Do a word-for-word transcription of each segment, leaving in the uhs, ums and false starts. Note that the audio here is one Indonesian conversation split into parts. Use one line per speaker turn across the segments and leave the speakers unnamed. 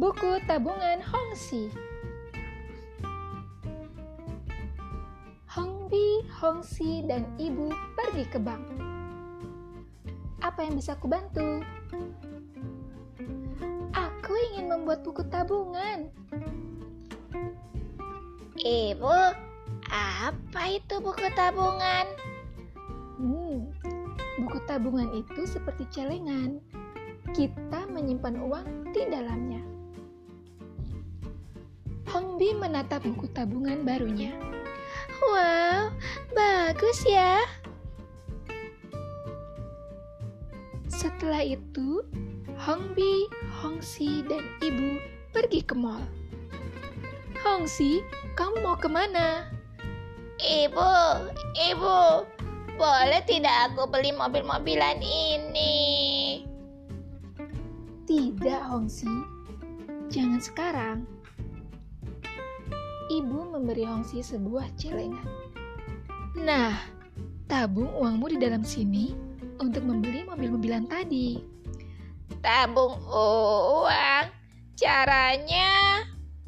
Buku tabungan Hongxi. Hongbi, Hongxi, dan ibu pergi ke bank. Apa yang bisa aku bantu? Aku ingin membuat buku tabungan.
Ibu, apa itu buku tabungan?
Hmm, buku tabungan itu seperti celengan. Kita menyimpan uang di dalamnya. Hongbi menatap buku tabungan barunya.
Wow, bagus ya.
Setelah itu, Hongbi, Hongxi, dan ibu pergi ke mall. Hongxi, kamu mau kemana?
Ibu, ibu, boleh tidak aku beli mobil-mobilan ini?
Tidak, Hongxi. Jangan sekarang. Ibu memberi Hongxi sebuah celengan. Nah, tabung uangmu di dalam sini untuk membeli mobil-mobilan tadi.
Tabung uang? Caranya?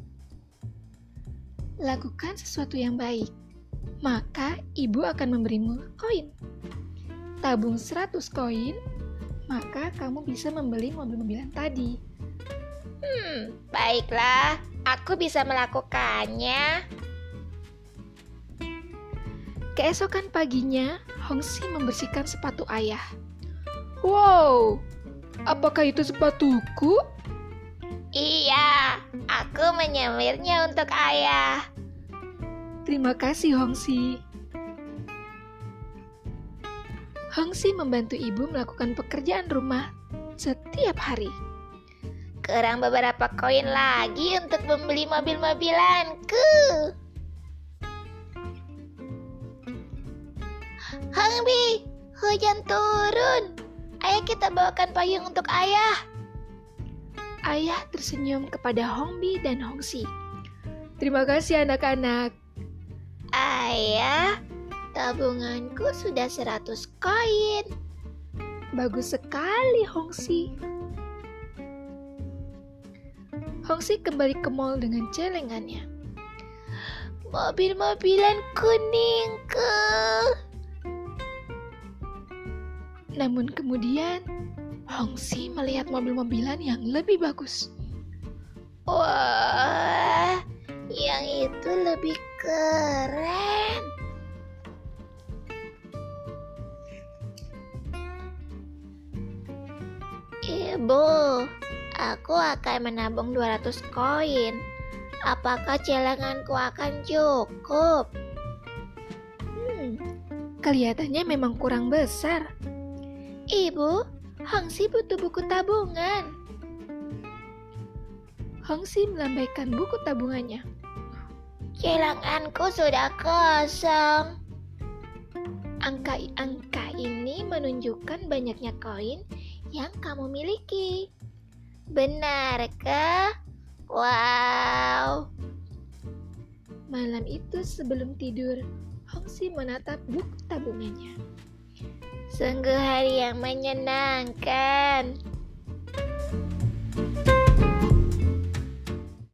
Lakukan sesuatu yang baik, maka ibu akan memberimu koin. Tabung seratus koin, maka kamu bisa membeli mobil-mobilan tadi.
Hmm, baiklah, aku bisa melakukannya.
Keesokan paginya, Hongxi membersihkan sepatu ayah. Wow, apakah itu sepatuku?
Iya, aku menyemirnya untuk ayah.
Terima kasih, Hongxi. Hongxi membantu ibu melakukan pekerjaan rumah setiap hari.
Kurang beberapa koin lagi untuk membeli mobil-mobilanku. Hongbi, hujan turun. Ayo kita bawakan payung untuk ayah.
Ayah tersenyum kepada Hongbi dan Hongxi. Terima kasih anak-anak.
Ayah, tabunganku sudah seratus koin.
Bagus sekali, Hongxi. Hongxi kembali ke mall dengan celengannya.
Mobil-mobilan kuningku.
Namun kemudian, Hongxi melihat mobil-mobilan yang lebih bagus.
Wah, yang itu lebih keren. Ibu, aku akan menabung dua ratus koin. Apakah celenganku akan cukup?
Hmm, kelihatannya memang kurang besar.
Ibu, Hongxi butuh buku tabungan.
Hongxi melambaikan buku tabungannya.
Celenganku sudah kosong.
Angka-angka ini menunjukkan banyaknya koin yang kamu miliki.
Benarkah? Wow.
Malam itu sebelum tidur, Hongxi menatap buku tabungannya.
Sungguh hari yang menyenangkan.